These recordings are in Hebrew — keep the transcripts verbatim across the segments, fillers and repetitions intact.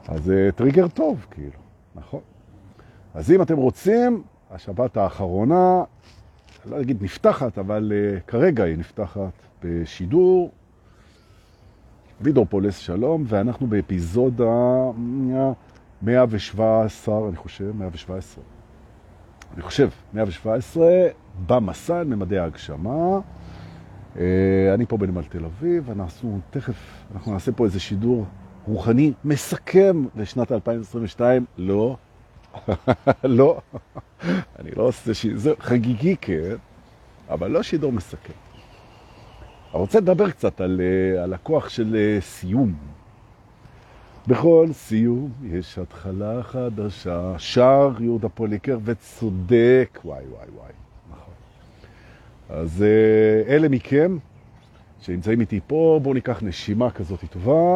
אז זה טריגר טוב, כאילו, נכון? אז אם אתם רוצים, השבת האחרונה, לא אגיד נפתחת, אבל uh, כרגע היא נפתחת בשידור וידאופולס שלום, ואנחנו באפיזודה מאה ושבע עשרה, אני חושב, מאה ושבע עשרה. אני חושב, מאה ושבע עשרה, במסע על ממדי ההגשמה. Uh, אני פה בנמל תל אביב, אנחנו תכף, אנחנו נעשה פה איזה שידור רוחני מסכם לשנת אלפיים עשרים ושתיים. לא, לא, אני לא עושה שידור, זה חגיגי, כן, אבל לא שידור מסכם. אני רוצה לדבר קצת על, על הכוח של סיום. בכל סיום יש התחלה חדשה, שר יהודה פוליקר וצודק, וואי וואי וואי, נכון. אז אלה מכם שנמצאים איתי פה, בואו ניקח נשימה כזאת טובה,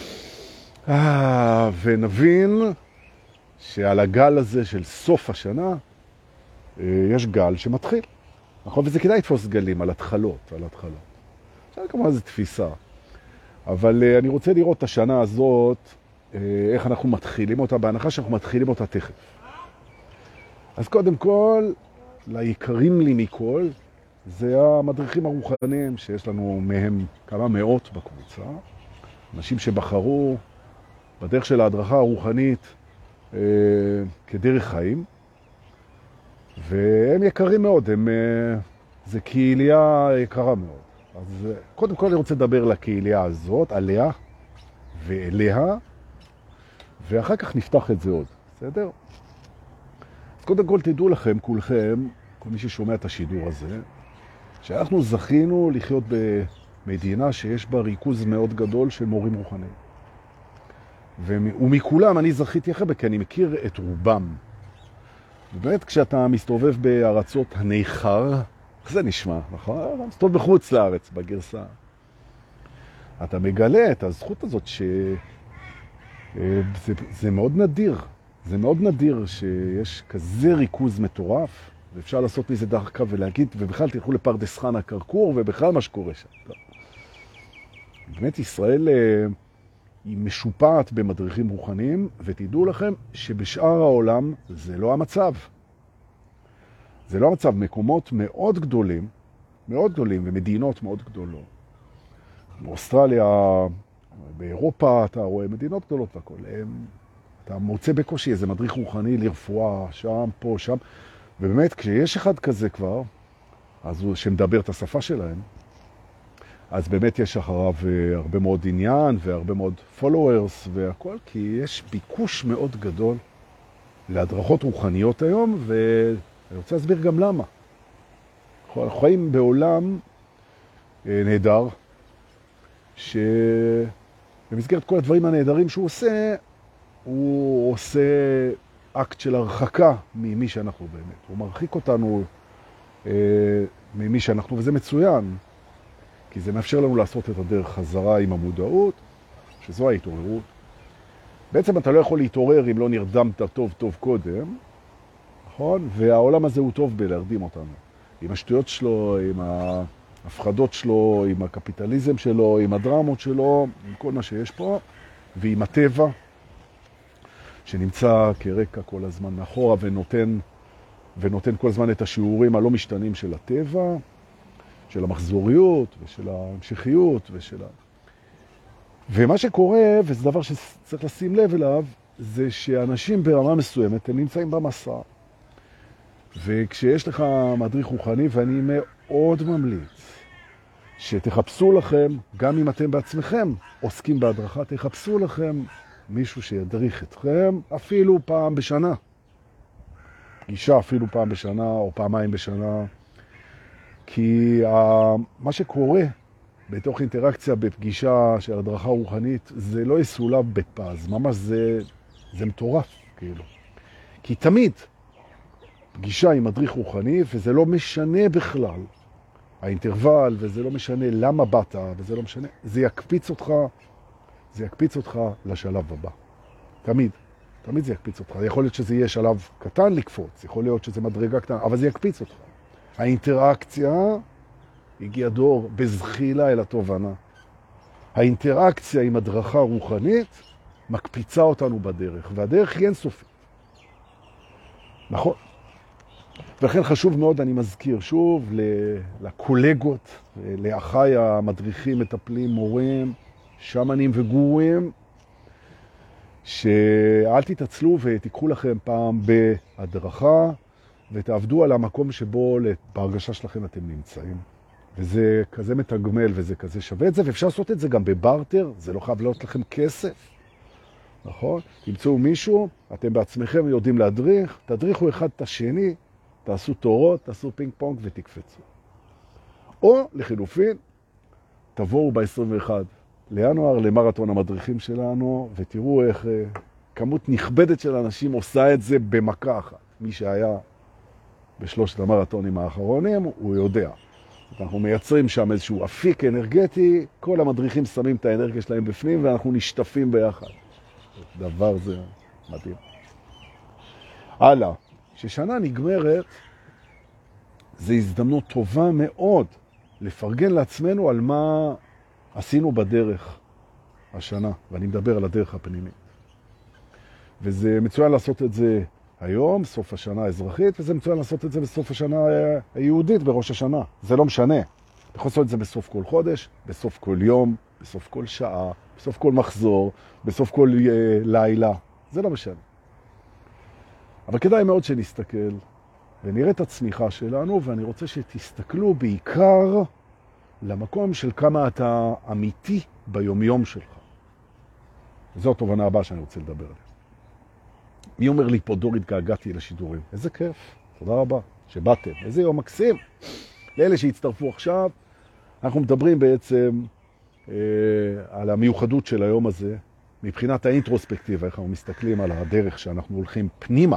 ונבין שעל הגל הזה של סוף השנה יש גל שמתחיל. נכון? וזה כדאי לתפוס גלים על התחלות, על התחלות. עכשיו כמובן זו תפיסה. אבל אני רוצה לראות את השנה הזאת, איך אנחנו מתחילים אותה, בהנחה שאנחנו מתחילים אותה תכף. אז קודם כל, ליקרים לי מכל, זה המדריכים הרוחניים, שיש לנו מהם כמה מאות בקבוצה. אנשים שבחרו בדרך של ההדרכה הרוחנית אה, כדרך חיים. והם יקרים מאוד, הם, אה, זה קהיליה יקרה מאוד. אז אה, קודם כל אני רוצה לדבר לקהיליה הזאת, עליה ואליה, ואחר כך נפתח את זה עוד, בסדר? אז קודם כל תדעו לכם, כולכם, כל מי ששומע את השידור הזה, שאנחנו זכינו לחיות במדינה שיש בה ריכוז מאוד גדול של מורים רוחניים. ומכולם אני זכיתי אחרי, כי אני מכיר את רובם. ובאמת כשאתה מסתובב בארצות הניכר, איך זה נשמע, נכון? אתה מסתובב בחוץ לארץ, בגרסה. אתה מגלה את הזכות הזאת שזה זה מאוד נדיר. זה מאוד נדיר שיש כזה ריכוז מטורף, ואפשר לעשות מזה דרכה ולהגיד, ובכלל תלכו לפרדס חנה קרקור, ובכלל מה שקורה שם. באמת ישראל היא משופעת במדריכים רוחניים, ותדעו לכם שבשאר העולם זה לא המצב. זה לא המצב. מקומות מאוד גדולים, מאוד גדולים, ומדינות מאוד גדולות. באוסטרליה, באירופה, אתה רואה מדינות גדולות והכל. הם, אתה מוצא בקושי איזה מדריך רוחני לרפואה, שם, פה, שם. ובאמת, כשיש אחד כזה כבר, אז הוא שמדבר את השפה שלהם, אז באמת יש אחריו הרבה מאוד עניין והרבה מאוד followers והכל, כי יש ביקוש מאוד גדול להדרכות רוחניות היום, ואני רוצה להסביר גם למה. אנחנו חיים בעולם נהדר, שבמסגרת כל הדברים הנהדרים שהוא עושה, הוא עושה אקט של הרחקה ממי שאנחנו באמת. הוא מרחיק אותנו אה, ממי שאנחנו, וזה מצוין. כי זה מאפשר לנו לעשות את הדרך חזרה עם המודעות, שזו ההתעוררות. בעצם אתה לא יכול להתעורר אם לא נרדמת טוב טוב קודם, נכון? והעולם הזה הוא טוב בלהרדים אותנו. עם השטויות שלו, עם ההפחדות שלו, עם הקפיטליזם שלו, עם הדרמות שלו, עם כל מה שיש פה, ועם הטבע, שנמצא כרקע כל הזמן מאחורה ונותן, ונותן כל הזמן את השיעורים הלא משתנים של הטבע, של המחזוריות ושל ההמשכיות ושל ה... ומה שקורה, וזה דבר שצריך לשים לב אליו, זה שאנשים ברמה מסוימת הם נמצאים במסע. וכשיש לך מדריך רוחני, ואני מאוד ממליץ שתחפשו לכם, גם אם אתם בעצמכם עוסקים בהדרכה, תחפשו לכם מישהו שידריך אתכם אפילו פעם בשנה. פגישה אפילו פעם בשנה או פעמיים בשנה. כי מה שקורה בתוך אינטראקציה בפגישה של הדרכה רוחנית, זה לא יסולב בפז, ממש זה, זה מטורף, כאילו. כי תמיד פגישה עם מדריך רוחני, וזה לא משנה בכלל, האינטרוול, וזה לא משנה למה באת, וזה לא משנה, זה יקפיץ אותך, זה יקפיץ אותך לשלב הבא. תמיד, תמיד זה יקפיץ אותך. יכול להיות שזה יהיה שלב קטן לקפוץ, יכול להיות שזה מדרגה קטנה, אבל זה יקפיץ אותך. האינטראקציה הגיע דור בזחילה אל התובנה. האינטראקציה עם הדרכה רוחנית מקפיצה אותנו בדרך, והדרך היא אינסופית. נכון. ולכן חשוב מאוד, אני מזכיר שוב, לקולגות, לאחיי המדריכים, מטפלים, מורים, שמנים וגורים, שאל תתעצלו ותיקחו לכם פעם בהדרכה, ותעבדו על המקום שבו בהרגשה שלכם אתם נמצאים. וזה כזה מתגמל וזה כזה שווה את זה, ואפשר לעשות את זה גם בברטר, זה לא חייב להיות לכם כסף. נכון? תמצאו מישהו, אתם בעצמכם יודעים להדריך, תדריכו אחד את השני, תעשו תורות, תעשו פינג פונג ותקפצו. או לחילופין, תבואו ב-עשרים ואחד לינואר למרתון המדריכים שלנו, ותראו איך כמות נכבדת של אנשים עושה את זה במכה אחת. מי שהיה בשלושת המרתונים האחרונים, הוא יודע. אנחנו מייצרים שם איזשהו אפיק אנרגטי, כל המדריכים שמים את האנרגיה שלהם בפנים, ואנחנו נשטפים ביחד. דבר זה מדהים. הלאה, כששנה נגמרת, זו הזדמנות טובה מאוד לפרגן לעצמנו על מה עשינו בדרך השנה, ואני מדבר על הדרך הפנימית. וזה מצוין לעשות את זה היום, סוף השנה האזרחית, וזה מצוין לעשות את זה בסוף השנה היהודית, בראש השנה. זה לא משנה. אתה יכול לעשות את זה בסוף כל חודש, בסוף כל יום, בסוף כל שעה, בסוף כל מחזור, בסוף כל uh, לילה. זה לא משנה. אבל כדאי מאוד שנסתכל ונראה את הצמיחה שלנו, ואני רוצה שתסתכלו בעיקר למקום של כמה אתה אמיתי ביומיום שלך. וזו התובנה הבאה שאני רוצה לדבר עליה. מי אומר לי פה, דור, התגעגעתי לשידורים? איזה כיף, תודה רבה שבאתם. איזה יום מקסים. לאלה שהצטרפו עכשיו, אנחנו מדברים בעצם אה, על המיוחדות של היום הזה, מבחינת האינטרוספקטיבה, איך אנחנו מסתכלים על הדרך שאנחנו הולכים פנימה.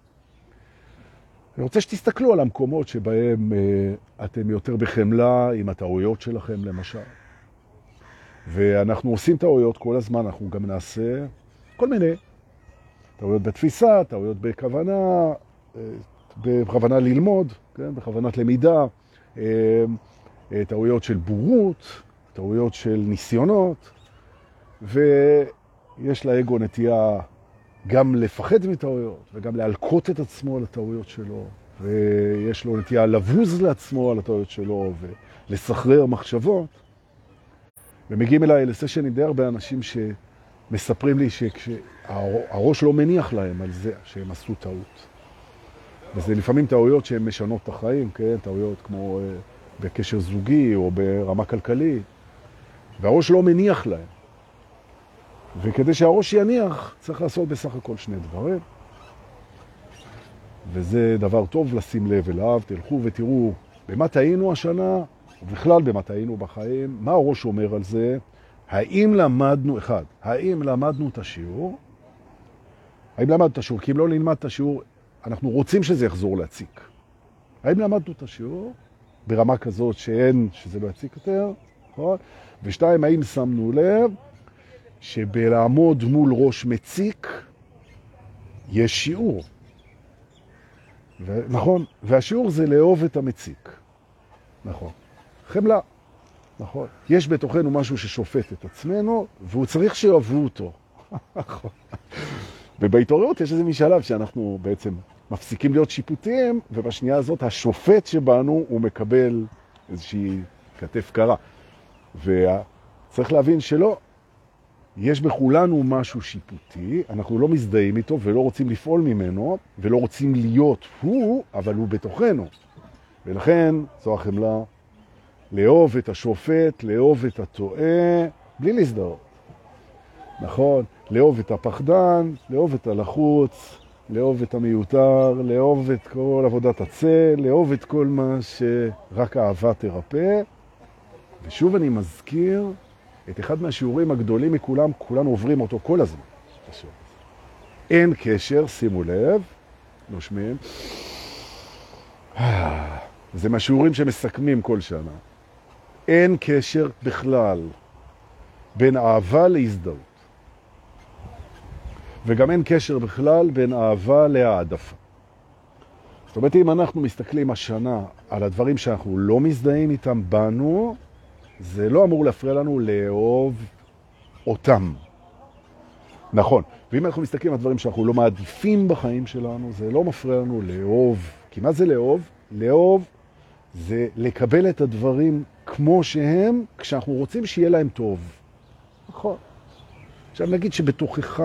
אני רוצה שתסתכלו על המקומות שבהם אה, אתם יותר בחמלה עם הטעויות שלכם, למשל. ואנחנו עושים טעויות כל הזמן, אנחנו גם נעשה כל מיני טעויות בתפיסה, טעויות בכוונה, בכוונה ללמוד, כן? בכוונת למידה, טעויות של בורות, טעויות של ניסיונות, ויש לאגו נטייה גם לפחד מטעויות, וגם להלקות את עצמו על הטעויות שלו, ויש לו נטייה לבוז לעצמו על הטעויות שלו, ולסחרר מחשבות. ומגיעים אליי לסשנים די הרבה אנשים שמספרים לי שהראש לא מניח להם על זה שהם עשו טעות. וזה לפעמים טעויות שהן משנות את החיים, כן? טעויות כמו בקשר זוגי או ברמה כלכלית, והראש לא מניח להם. וכדי שהראש יניח, צריך לעשות בסך הכל שני דברים. וזה דבר טוב לשים לב אליו. תלכו ותראו במה טעינו השנה, ובכלל במה טעינו בחיים, מה הראש אומר על זה, האם למדנו, אחד, האם למדנו את השיעור, האם למדנו את השיעור, כי אם לא נלמד את השיעור, אנחנו רוצים שזה יחזור להציק. האם למדנו את השיעור ברמה כזאת שאין, שזה לא יציק יותר, נכון? ושתיים, האם שמנו לב שבלעמוד מול ראש מציק יש שיעור. ו- נכון? והשיעור זה לאהוב את המציק. נכון. חמלה. נכון. יש בתוכנו משהו ששופט את עצמנו, והוא צריך שאוהבו אותו. נכון. ובהתעוררות יש איזה משלב שאנחנו בעצם מפסיקים להיות שיפוטיים, ובשנייה הזאת השופט שבנו הוא מקבל איזושהי כתף קרה. וצריך להבין שלא, יש בכולנו משהו שיפוטי, אנחנו לא מזדהים איתו ולא רוצים לפעול ממנו, ולא רוצים להיות הוא, אבל הוא בתוכנו. ולכן זו החמלה, לאהוב את השופט, לאהוב את הטועה, בלי להזדהות. נכון? לאהוב את הפחדן, לאהוב את הלחוץ, לאהוב את המיותר, לאהוב את כל עבודת הצל, לאהוב את כל מה שרק אהבה תרפא. ושוב אני מזכיר את אחד מהשיעורים הגדולים מכולם, כולנו עוברים אותו כל הזמן. אין קשר, שימו לב, נושמים. זה מהשיעורים שמסכמים כל שנה. אין קשר בכלל בין אהבה להזדהות. וגם אין קשר בכלל בין אהבה להעדפה. זאת אומרת, אם אנחנו מסתכלים השנה על הדברים שאנחנו לא מזדהים איתם בנו, זה לא אמור להפריע לנו לאהוב אותם. נכון. ואם אנחנו מסתכלים על דברים שאנחנו לא מעדיפים בחיים שלנו, זה לא מפריע לנו לאהוב. כי מה זה לאהוב? לאהוב זה לקבל את הדברים כמו שהם, כשאנחנו רוצים שיהיה להם טוב. נכון. עכשיו נגיד שבתוכך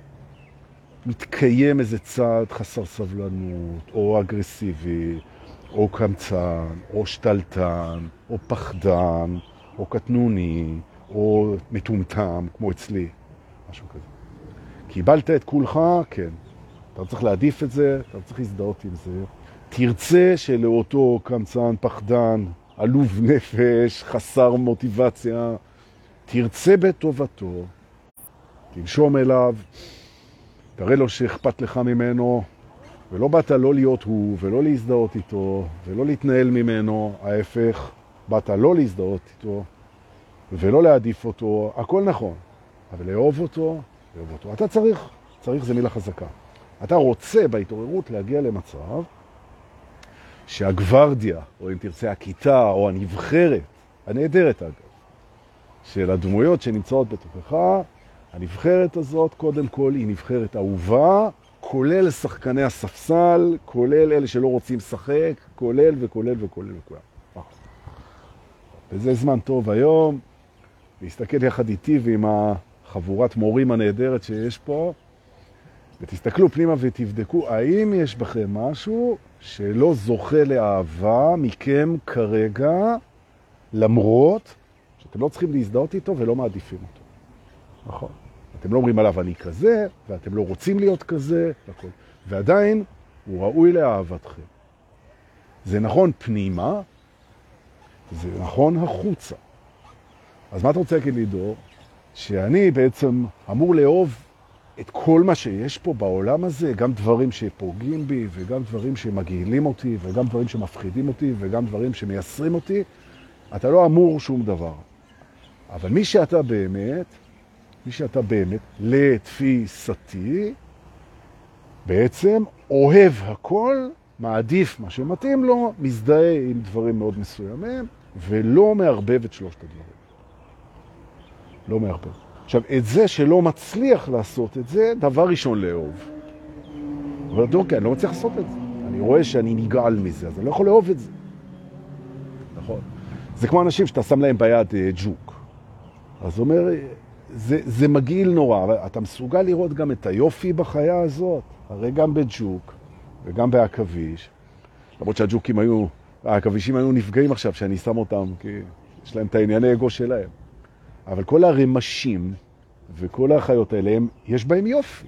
מתקיים איזה צעד חסר סבלנות, או אגרסיבי, או קמצן, או שתלטן, או פחדן, או קטנוני, או מטומטם, כמו אצלי, משהו כזה. קיבלת את כולך, כן. אתה צריך להעדיף את זה, אתה צריך להזדהות עם זה. תרצה שלאותו קמצן, פחדן, עלוב נפש, חסר מוטיבציה, תרצה בטובתו, תנשום אליו, תראה לו שאכפת לך ממנו, ולא באת לא להיות הוא, ולא להזדהות איתו, ולא להתנהל ממנו, ההפך, באת לא להזדהות איתו, ולא להעדיף אותו, הכל נכון, אבל לאהוב אותו, לאהוב אותו. אתה צריך, צריך זה מילה חזקה. אתה רוצה בהתעוררות להגיע למצב שהגוורדיה, או אם תרצה הכיתה, או הנבחרת, הנהדרת אגב, של הדמויות שנמצאות בתוכך, הנבחרת הזאת קודם כל היא נבחרת אהובה, כולל שחקני הספסל, כולל אלה שלא רוצים לשחק, כולל וכולל וכולל וכולל. וזה זמן טוב היום, להסתכל יחד איתי ועם החבורת מורים הנהדרת שיש פה, ותסתכלו פנימה ותבדקו האם יש בכם משהו שלא זוכה לאהבה מכם כרגע, למרות שאתם לא צריכים להזדהות איתו ולא מעדיפים אותו. נכון. אתם לא אומרים עליו אני כזה, ואתם לא רוצים להיות כזה, הכל. ועדיין הוא ראוי לאהבתכם. זה נכון פנימה, זה נכון החוצה. אז מה אתה רוצה להגיד לי, דור? שאני בעצם אמור לאהוב את כל מה שיש פה בעולם הזה, גם דברים שפוגעים בי, וגם דברים שמגעילים אותי, וגם דברים שמפחידים אותי, וגם דברים שמייסרים אותי. אתה לא אמור שום דבר. אבל מי שאתה באמת, מי שאתה באמת, לתפיסתי, בעצם אוהב הכל, מעדיף מה שמתאים לו, מזדהה עם דברים מאוד מסוימים, ולא מערבב את שלושת הדברים. לא מערבב. עכשיו, את זה שלא מצליח לעשות את זה, דבר ראשון לאהוב. אבל דוקא, אני לא מצליח לעשות את זה. אני רואה שאני נגעל מזה, אז אני לא יכול לאהוב את זה. נכון. זה כמו אנשים שאתה שם להם ביד ג'וק. אז אומר, זה, זה מגעיל נורא, אבל אתה מסוגל לראות גם את היופי בחיה הזאת, הרי גם בג'וק וגם בעכביש, למרות שהג'וקים היו, העכבישים היו נפגעים עכשיו שאני שם אותם, כי יש להם את הענייני אגו שלהם. אבל כל הרמשים וכל החיות האלה, יש בהם יופי.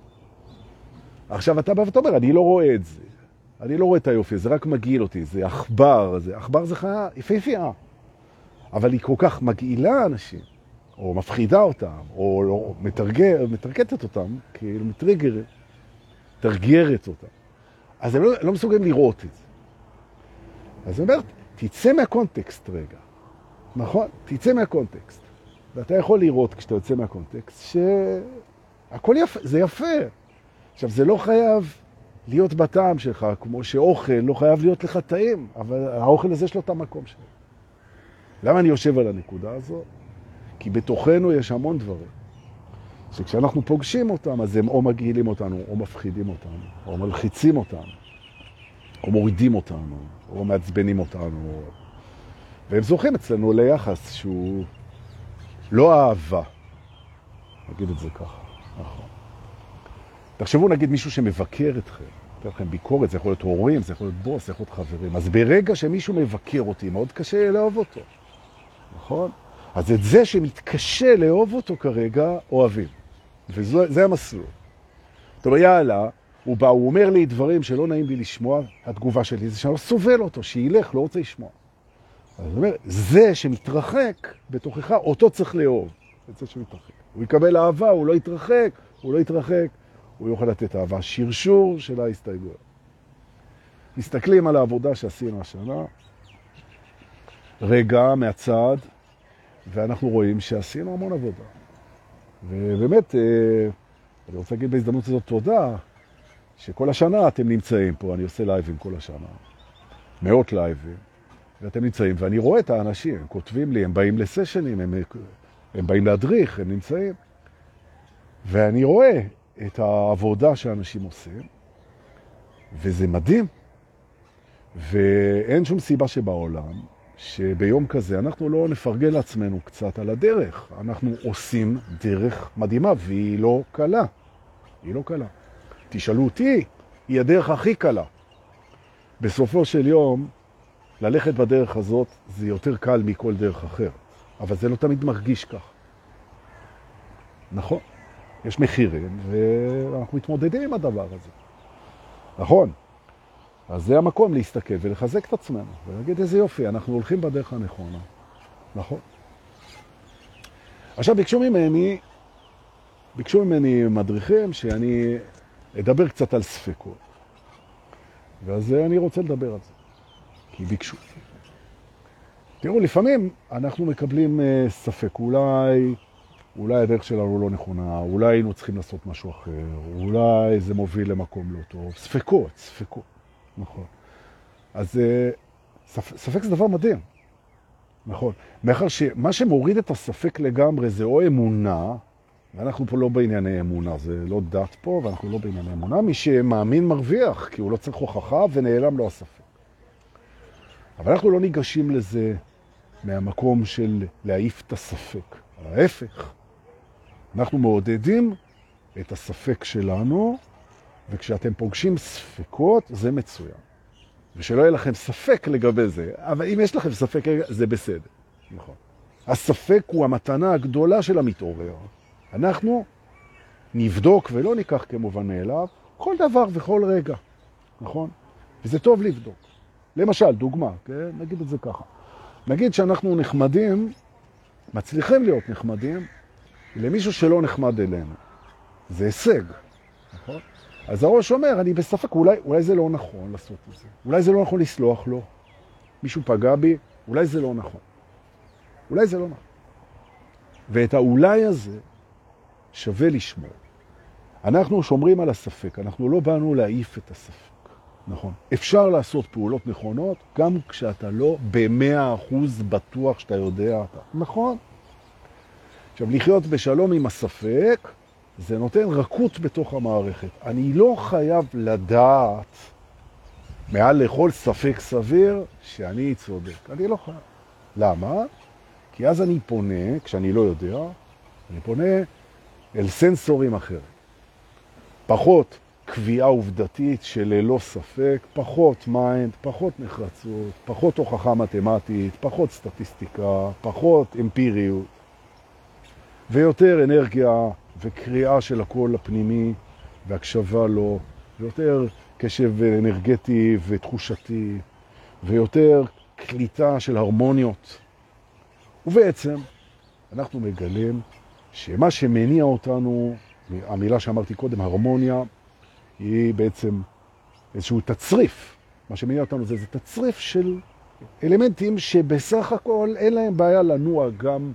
עכשיו אתה בא ואתה אומר, אני לא רואה את זה, אני לא רואה את היופי, זה רק מגעיל אותי, זה אכבר, זה, אכבר זה חיה יפהפייה, אבל היא כל כך מגעילה אנשים. או מפחידה אותם, או לא, מתרגר, מתרגטת אותם, כאילו מטריגרת, תרגרת אותם. אז הם לא, לא מסוגלים לראות את זה. אז אני אומר, תצא מהקונטקסט רגע. נכון? תצא מהקונטקסט. ואתה יכול לראות כשאתה יוצא מהקונטקסט, שהכל יפה, זה יפה. עכשיו, זה לא חייב להיות בטעם שלך, כמו שאוכל לא חייב להיות לך טעים, אבל האוכל הזה יש לו את המקום שלו. למה אני יושב על הנקודה הזאת? כי בתוכנו יש המון דברים, שכשאנחנו פוגשים אותם, אז הם או מגעילים אותנו, או מפחידים אותנו, או מלחיצים אותנו, או מורידים אותנו, או מעצבנים אותנו, והם זוכים אצלנו ליחס שהוא לא אהבה, נגיד את זה ככה, נכון. תחשבו נגיד מישהו שמבקר אתכם, נותן לכם ביקורת, זה יכול להיות הורים, זה יכול להיות בוס, זה יכול להיות חברים, אז ברגע שמישהו מבקר אותי, מאוד קשה לאהוב אותו, נכון? אז את זה שמתקשה לאהוב אותו כרגע, אוהבים. וזה המסלול. זאת אומרת, יאללה, הוא בא, הוא אומר לי דברים שלא נעים לי לשמוע, התגובה שלי זה שאני לא סובל אותו, שילך, לא רוצה לשמוע. אז הוא אומר, זה שמתרחק בתוכך, אותו צריך לאהוב. זה שמתרחק. הוא יקבל אהבה, הוא לא יתרחק, הוא לא יתרחק, הוא יוכל לתת אהבה. שרשור של ההסתייגויות. מסתכלים על העבודה שעשינו השנה, רגע מהצד, ואנחנו רואים שעשינו המון עבודה. ובאמת, אני רוצה להגיד בהזדמנות הזאת תודה, שכל השנה אתם נמצאים פה, אני עושה לייבים כל השנה, מאות לייבים, ואתם נמצאים, ואני רואה את האנשים, הם כותבים לי, הם באים לסשנים, הם, הם באים להדריך, הם נמצאים. ואני רואה את העבודה שאנשים עושים, וזה מדהים. ואין שום סיבה שבעולם שביום כזה אנחנו לא נפרגן לעצמנו קצת על הדרך. אנחנו עושים דרך מדהימה, והיא לא קלה. היא לא קלה. תשאלו אותי, היא הדרך הכי קלה. בסופו של יום, ללכת בדרך הזאת זה יותר קל מכל דרך אחר. אבל זה לא תמיד מרגיש כך. נכון. יש מחירים, ואנחנו מתמודדים עם הדבר הזה. נכון. אז זה המקום להסתכל ולחזק את עצמנו, ולהגיד איזה יופי, אנחנו הולכים בדרך הנכונה. נכון. עכשיו ביקשו ממני, ביקשו ממני מדריכים שאני אדבר קצת על ספקות. ואז אני רוצה לדבר על זה, כי ביקשו. תראו, לפעמים אנחנו מקבלים ספק, אולי, אולי הדרך שלנו לא נכונה, אולי היינו צריכים לעשות משהו אחר, אולי זה מוביל למקום לא טוב. ספקות, ספקות. נכון. אז ספק, ספק זה דבר מדהים. נכון. מאחר שמה שמוריד את הספק לגמרי זה או אמונה, ואנחנו פה לא בענייני אמונה, זה לא דת פה, ואנחנו לא בענייני אמונה. מי שמאמין מרוויח, כי הוא לא צריך הוכחה ונעלם לו הספק. אבל אנחנו לא ניגשים לזה מהמקום של להעיף את הספק. ההפך. אנחנו מעודדים את הספק שלנו, וכשאתם פוגשים ספקות, זה מצוין. ושלא יהיה לכם ספק לגבי זה, אבל אם יש לכם ספק, זה בסדר. נכון. הספק הוא המתנה הגדולה של המתעורר. אנחנו נבדוק ולא ניקח כמובן מאליו כל דבר וכל רגע. נכון? וזה טוב לבדוק. למשל, דוגמה, כן? נגיד את זה ככה. נגיד שאנחנו נחמדים, מצליחים להיות נחמדים, למישהו שלא נחמד אלינו. זה הישג. נכון? אז הראש אומר, אני בספק, אולי, אולי זה לא נכון לעשות את זה. אולי זה לא נכון לסלוח לו. מישהו פגע בי, אולי זה לא נכון. אולי זה לא נכון. ואת האולי הזה שווה לשמור. אנחנו שומרים על הספק, אנחנו לא באנו להעיף את הספק. נכון. אפשר לעשות פעולות נכונות, גם כשאתה לא במאה אחוז בטוח שאתה יודע אתה. נכון. עכשיו, לחיות בשלום עם הספק, זה נותן רכות בתוך המערכת. אני לא חייב לדעת מעל לכל ספק סביר שאני צודק. אני לא חייב. למה? כי אז אני פונה, כשאני לא יודע, אני פונה אל סנסורים אחרים. פחות קביעה עובדתית שללא ספק, פחות מיינד, פחות נחרצות, פחות הוכחה מתמטית, פחות סטטיסטיקה, פחות אמפיריות, ויותר אנרגיה וקריאה של הקול הפנימי והקשבה לו, ויותר קשב אנרגטי ותחושתי, ויותר קליטה של הרמוניות. ובעצם אנחנו מגלים שמה שמניע אותנו, המילה שאמרתי קודם, הרמוניה, היא בעצם איזשהו תצריף. מה שמניע אותנו זה, זה תצריף של אלמנטים שבסך הכל אין להם בעיה לנוע גם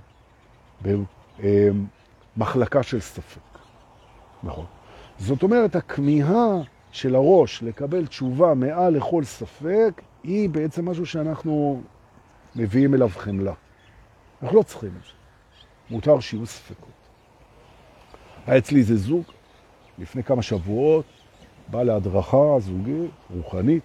במחלקה של ספק. נכון. זאת אומרת, הכמיהה של הראש לקבל תשובה מעל לכל ספק, היא בעצם משהו שאנחנו מביאים אליו חמלה. אנחנו לא צריכים את זה. מותר שיהיו ספקות. היה אצלי איזה זוג, לפני כמה שבועות, בא להדרכה זוגית, רוחנית,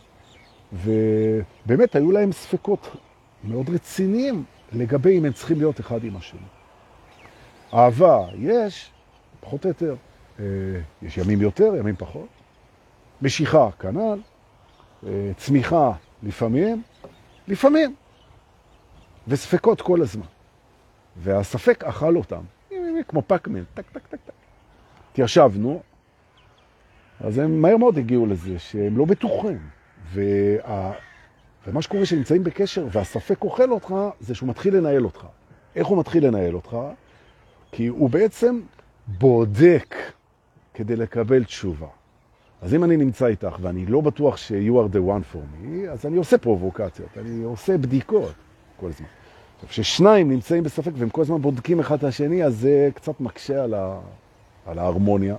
ובאמת היו להם ספקות מאוד רציניים לגבי אם הם צריכים להיות אחד עם השני. אהבה יש, פחות או יותר, יש ימים יותר, ימים פחות. משיכה כנ"ל, צמיחה לפעמים, לפעמים, וספקות כל הזמן. והספק אכל אותם, כמו פקמן, טק, טק, טק, טק. תיישבנו, אז הם מהר מאוד הגיעו לזה, שהם לא בטוחים. וה... ומה שקורה שנמצאים בקשר, והספק אוכל אותך, זה שהוא מתחיל לנהל אותך. איך הוא מתחיל לנהל אותך? כי הוא בעצם בודק כדי לקבל תשובה. אז אם אני נמצא איתך, ואני לא בטוח ש- you are the one for me, אז אני עושה פרובוקציות, אני עושה בדיקות כל הזמן. כששניים נמצאים בספק והם כל הזמן בודקים אחד את השני, אז זה קצת מקשה על, ה... על ההרמוניה.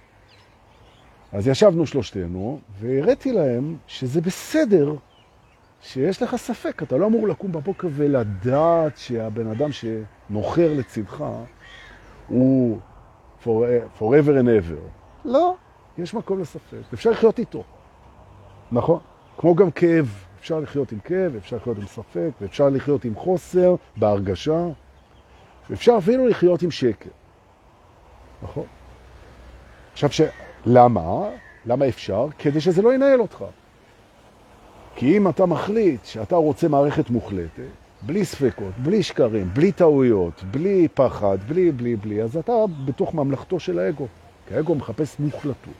אז ישבנו שלושתנו, והראיתי להם שזה בסדר שיש לך ספק. אתה לא אמור לקום בבוקר ולדעת שהבן אדם שנוחר לצדך, הוא for, forever and ever. לא, יש מקום לספק. אפשר לחיות איתו. נכון? כמו גם כאב. אפשר לחיות עם כאב, אפשר לחיות עם ספק, ואפשר לחיות עם חוסר, בהרגשה, ואפשר אפילו לחיות עם שקר. נכון? עכשיו, ש... למה? למה אפשר? כדי שזה לא ינהל אותך. כי אם אתה מחליט שאתה רוצה מערכת מוחלטת, בלי ספקות, בלי שקרים, בלי טעויות, בלי פחד, בלי, בלי, בלי, אז אתה בתוך ממלכתו של האגו. כי האגו מחפש מוחלטות.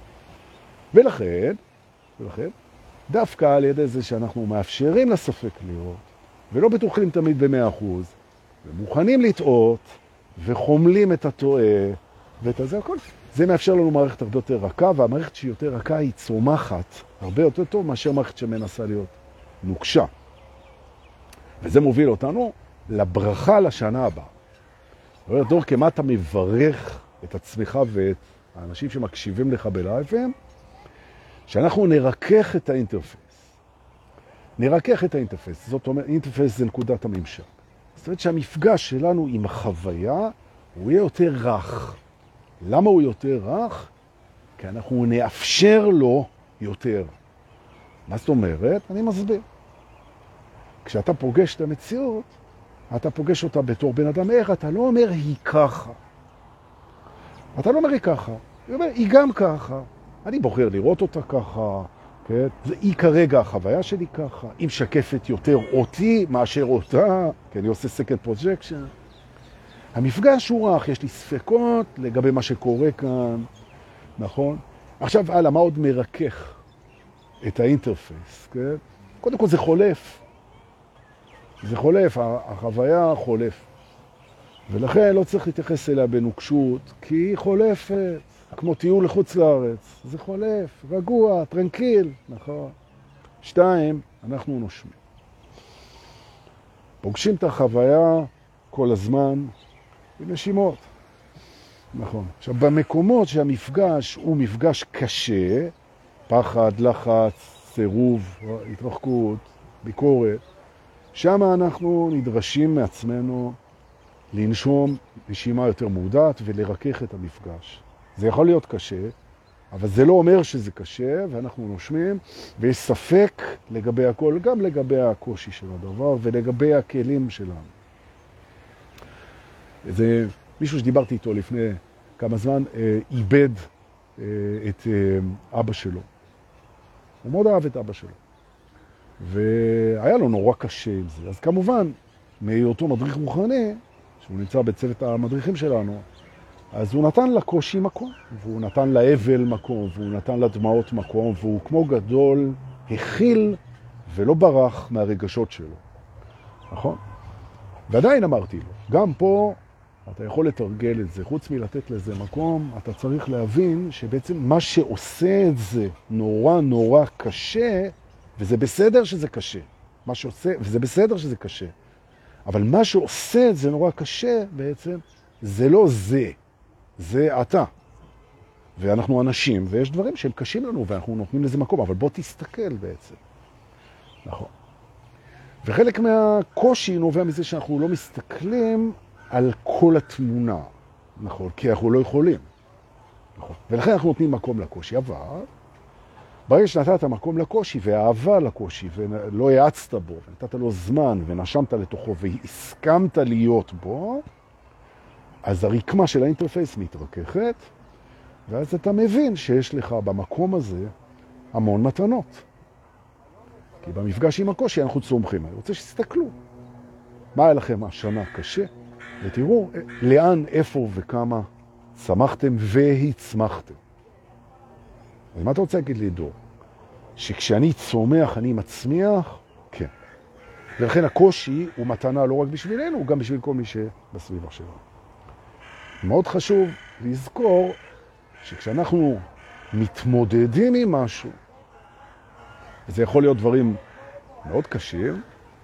ולכן, ולכן, דווקא על ידי זה שאנחנו מאפשרים לספק להיות, ולא בטוחים תמיד במאה אחוז, ומוכנים לטעות, וחומלים את הטועה, ואת הזה הכל. זה מאפשר לנו מערכת הרבה יותר רכה, והמערכת שהיא יותר רכה היא צומחת, הרבה יותר טוב מאשר מערכת שמנסה להיות נוקשה. וזה מוביל אותנו לברכה לשנה הבאה. דור, כמה אתה מברך את עצמך ואת האנשים שמקשיבים לך בלייבים, שאנחנו נרכך את האינטרפייס. נרכך את האינטרפייס. זאת אומרת, אינטרפייס זה נקודת הממשק. זאת אומרת שהמפגש שלנו עם החוויה הוא יהיה יותר רך. למה הוא יותר רך? כי אנחנו נאפשר לו יותר. מה זאת אומרת? אני מסביר. כשאתה פוגש את המציאות, אתה פוגש אותה בתור בן אדם ער, אתה לא אומר היא ככה. אתה לא אומר היא ככה. היא אומר, היא גם ככה. אני בוחר לראות אותה ככה, כן? היא כרגע החוויה שלי ככה, היא משקפת יותר אותי מאשר אותה, כי אני עושה second projection. המפגש הוא רך, יש לי ספקות לגבי מה שקורה כאן, נכון? עכשיו, הלאה, מה עוד מרכך את האינטרפייס, כן? קודם כל זה חולף. זה חולף, החוויה חולף. ולכן לא צריך להתייחס אליה בנוקשות, כי היא חולפת. כמו טיול לחוץ לארץ, זה חולף, רגוע, טרנקיל, נכון. שתיים, אנחנו נושמים. פוגשים את החוויה כל הזמן עם נשימות. נכון. עכשיו, במקומות שהמפגש הוא מפגש קשה, פחד, לחץ, סירוב, התרחקות, ביקורת, שם אנחנו נדרשים מעצמנו לנשום נשימה יותר מודעת ולרכך את המפגש. זה יכול להיות קשה, אבל זה לא אומר שזה קשה, ואנחנו נושמים, ויש ספק לגבי הכל, גם לגבי הקושי של הדבר, ולגבי הכלים שלנו. זה מישהו שדיברתי איתו לפני כמה זמן, אה, איבד אה, את אה, אבא שלו. הוא מאוד אהב את אבא שלו. והיה לו נורא קשה עם זה. אז כמובן, מהיותו מדריך רוחני, שהוא נמצא בצוות המדריכים שלנו, אז הוא נתן לקושי מקום, והוא נתן לאבל מקום, והוא נתן לדמעות מקום, והוא כמו גדול הכיל ולא ברח מהרגשות שלו. נכון? ועדיין אמרתי לו, גם פה אתה יכול לתרגל את זה, חוץ מלתת לזה מקום, אתה צריך להבין שבעצם מה שעושה את זה נורא נורא קשה, וזה בסדר שזה קשה, מה שעושה, וזה בסדר שזה קשה, אבל מה שעושה את זה נורא קשה בעצם, זה לא זה. זה אתה. ואנחנו אנשים, ויש דברים שהם קשים לנו, ואנחנו נותנים לזה מקום, אבל בוא תסתכל בעצם. נכון. וחלק מהקושי נובע מזה שאנחנו לא מסתכלים על כל התמונה. נכון, כי אנחנו לא יכולים. נכון. ולכן אנחנו נותנים מקום לקושי, אבל ברגע שנתת מקום לקושי, והאהבה לקושי, ולא יעצת בו, ונתת לו זמן, ונשמת לתוכו, והסכמת להיות בו, אז הרקמה של האינטרפייס מתרככת, ואז אתה מבין שיש לך במקום הזה המון מתנות. כי במפגש עם הקושי אנחנו צומחים. אני רוצה שתסתכלו. מה היה לכם השנה קשה? ותראו לאן, איפה וכמה צמחתם והצמחתם. אז מה אתה רוצה להגיד לי, דור? שכשאני צומח, אני מצמיח? כן. ולכן הקושי הוא מתנה לא רק בשבילנו, הוא גם בשביל כל מי שבסביבה שלנו. מאוד חשוב לזכור שכשאנחנו מתמודדים עם משהו, וזה יכול להיות דברים מאוד קשים,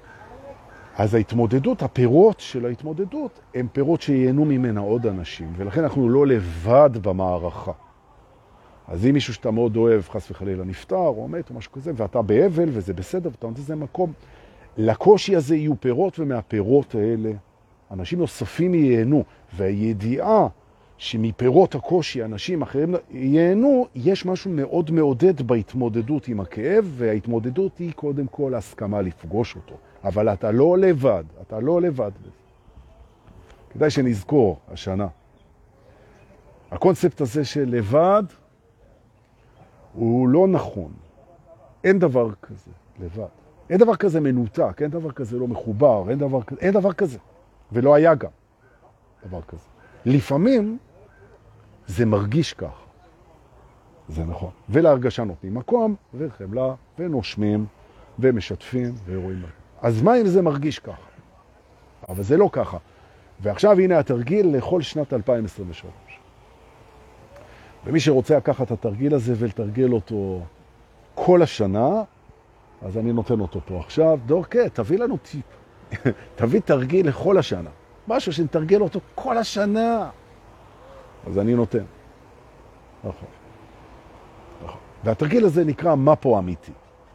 אז ההתמודדות, הפירות של ההתמודדות, הם פירות שיהנו ממנה עוד אנשים, ולכן אנחנו לא לבד במערכה. אז אם מישהו שאתה מאוד אוהב, חס וחלילה נפטר, או מת, או משהו כזה, ואתה באבל, וזה בסדר, ואתה נותן לזה מקום, לקושי הזה יהיו פירות, ומהפירות האלה אנשים נוספים ייהנו, והידיעה שמפירות הקושי אנשים אחרים ייהנו, יש משהו מאוד מעודד בהתמודדות עם הכאב, וההתמודדות היא קודם כל הסכמה לפגוש אותו. אבל אתה לא לבד, אתה לא לבד בזה. כדאי שנזכור השנה. הקונספט הזה של לבד הוא לא נכון. אין דבר כזה לבד. אין דבר כזה מנותק, אין דבר כזה לא מחובר, אין דבר כזה, אין דבר כזה. ולא היה גם דבר כזה. לפעמים זה מרגיש כך. זה נכון. ולהרגשה נותנים מקום, וחמלה, ונושמים, ומשתפים, ורואים. אז מה אם זה מרגיש ככה? אבל זה לא ככה. ועכשיו הנה התרגיל לכל שנת אלפיים עשרים ושלוש. ומי שרוצה לקחת את התרגיל הזה ולתרגל אותו כל השנה, אז אני נותן אותו פה עכשיו. דורקה, תביא לנו טיפ. תביא תרגיל לכל השנה. משהו שנתרגל אותו כל השנה. אז אני נותן. נכון. נכון. והתרגיל הזה נקרא מה פה אמיתי.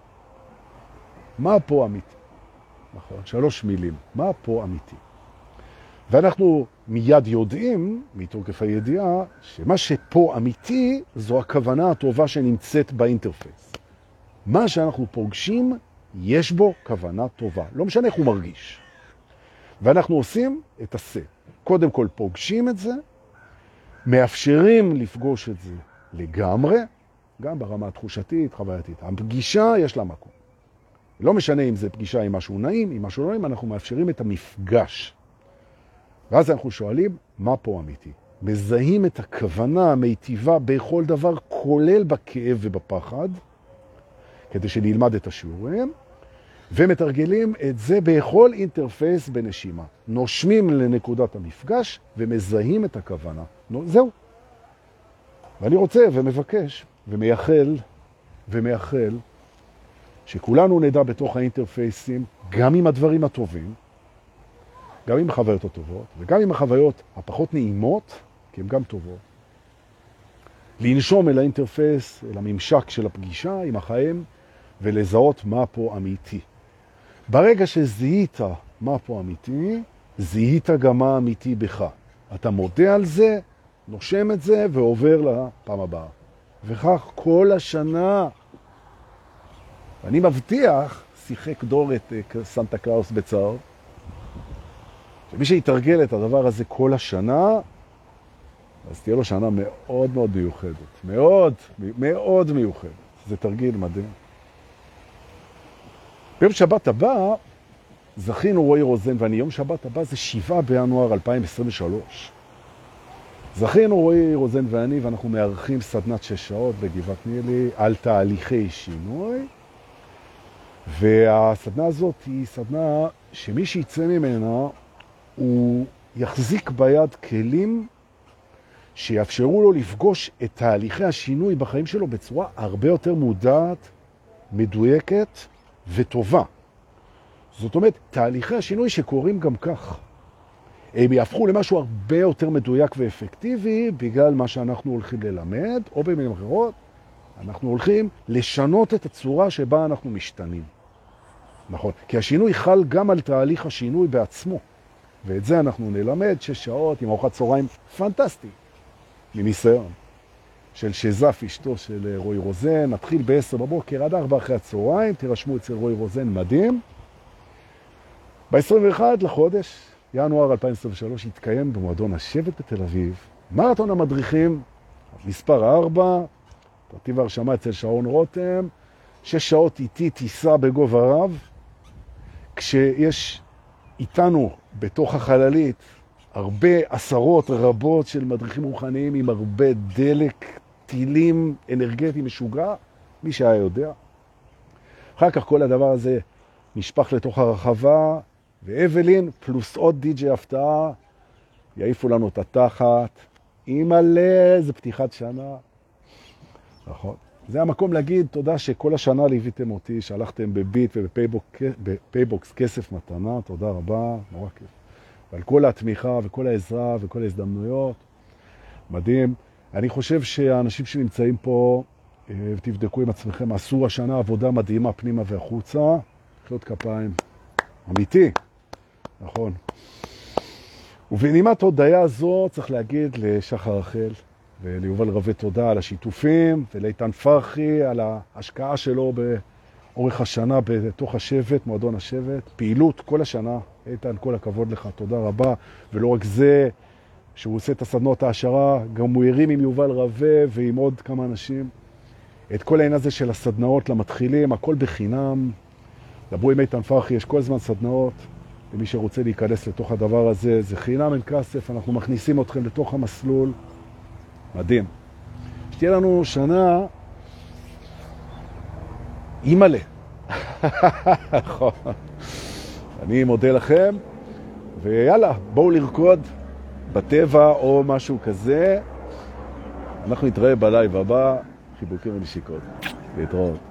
מה פה אמיתי? נכון. שלוש מילים. מה פה אמיתי? ואנחנו מיד יודעים, מתוקף הידיעה, שמה שפה אמיתי זו הכוונה הטובה שנמצאת באינטרפייס. מה שאנחנו פוגשים, יש בו כוונה טובה. לא משנה איך הוא מרגיש. ואנחנו עושים את הסט. קודם כל פוגשים את זה, מאפשרים לפגוש את זה לגמרי, גם ברמה התחושתית, חווייתית. הפגישה יש לה מקום. לא משנה אם זה פגישה עם משהו נעים, עם משהו לא נעים, אנחנו מאפשרים את המפגש. ואז אנחנו שואלים, מה פה אמיתי? מזהים את הכוונה המיטיבה בכל דבר, כולל בכאב ובפחד, כדי שנלמד את השיעורים, ומתרגלים את זה בכל אינטרפייס בנשימה. נושמים לנקודת המפגש ומזהים את הכוונה. זהו. ואני רוצה ומבקש ומייחל ומייחל שכולנו נדע בתוך האינטרפייסים, גם עם הדברים הטובים, גם עם החוויות הטובות, וגם עם החוויות הפחות נעימות, כי הן גם טובות, לנשום אל האינטרפייס, אל הממשק של הפגישה עם החיים, ולזהות מה פה אמיתי. ברגע שזיהית מה פה אמיתי, זיהית גם מה אמיתי בך. אתה מודה על זה, נושם את זה, ועובר לפעם הבאה. וכך כל השנה. אני מבטיח, שיחק דור את סנטה קלאוס בצער, שמי שיתרגל את הדבר הזה כל השנה, אז תהיה לו שנה מאוד מאוד מיוחדת. מאוד, מאוד מיוחדת. זה תרגיל מדהים. ביום שבת הבא, זכינו רועי רוזן, ואני יום שבת הבא זה שבעה בינואר אלפיים עשרים ושלוש. זכינו רועי רוזן ואני, ואנחנו מארחים סדנת שש שעות בגבעת נילי על תהליכי שינוי. והסדנה הזאת היא סדנה שמי שיצא ממנה, הוא יחזיק ביד כלים שיאפשרו לו לפגוש את תהליכי השינוי בחיים שלו בצורה הרבה יותר מודעת, מדויקת וטובה. זאת אומרת, תהליכי השינוי שקורים גם כך. הם יהפכו למשהו הרבה יותר מדויק ואפקטיבי בגלל מה שאנחנו הולכים ללמד, או במילים אחרות, אנחנו הולכים לשנות את הצורה שבה אנחנו משתנים. נכון, כי השינוי חל גם על תהליך השינוי בעצמו. ואת זה אנחנו נלמד שש שעות עם ארוחת צהריים פנטסטי, מניסיון של שזף אשתו של רועי רוזן. נתחיל ב-עשר בבוקר עד ארבע אחרי הצהריים, תירשמו אצל רועי רוזן, מדהים. ב-עשרים ואחד לחודש, ינואר אלפיים עשרים ושלוש, התקיים במועדון השבט בתל אביב, מרתון המדריכים, מספר ארבע, תרטיב הרשמה אצל שרון רותם, שש שעות איתי טיסה בגובה רב, כשיש איתנו בתוך החללית הרבה עשרות רבות של מדריכים רוחניים עם הרבה דלק, טילים אנרגטי משוגע, מי שהיה יודע. אחר כך כל הדבר הזה נשפך לתוך הרחבה, ואבלין פלוס עוד די-ג'יי הפתעה, יעיפו לנו את התחת, אימא'לה, זה פתיחת שנה. נכון. זה המקום להגיד תודה שכל השנה ליוויתם אותי, שלחתם בביט ובפייבוקס כסף מתנה, תודה רבה, נורא כיף. ועל כל התמיכה וכל העזרה וכל ההזדמנויות, מדהים. אני חושב שהאנשים שנמצאים פה, תבדקו עם עצמכם, עשו השנה עבודה מדהימה פנימה והחוצה, מחיאות כפיים, אמיתי, נכון. ובנימת הודיה הזו צריך להגיד לשחר רחל וליובל רווה תודה על השיתופים, ולאיתן פרחי על ההשקעה שלו באורך השנה בתוך השבט, מועדון השבט, פעילות כל השנה. איתן, כל הכבוד לך, תודה רבה. ולא רק זה, שהוא עושה את הסדנות העשרה, גם הוא הרים עם יובל רווה ועם עוד כמה אנשים. את כל העניין הזה של הסדנאות למתחילים, הכל בחינם. דברו עם איתן פרחי, יש כל הזמן סדנאות. ומי שרוצה להיכנס לתוך הדבר הזה, זה חינם אין כסף, אנחנו מכניסים אתכם לתוך המסלול. מדהים. שתהיה לנו שנה אימאלה. אני מודה לכם, ויאללה, בואו לרקוד בטבע או משהו כזה. אנחנו נתראה בלייב הבא, חיבוקים ונשיקות. להתראות.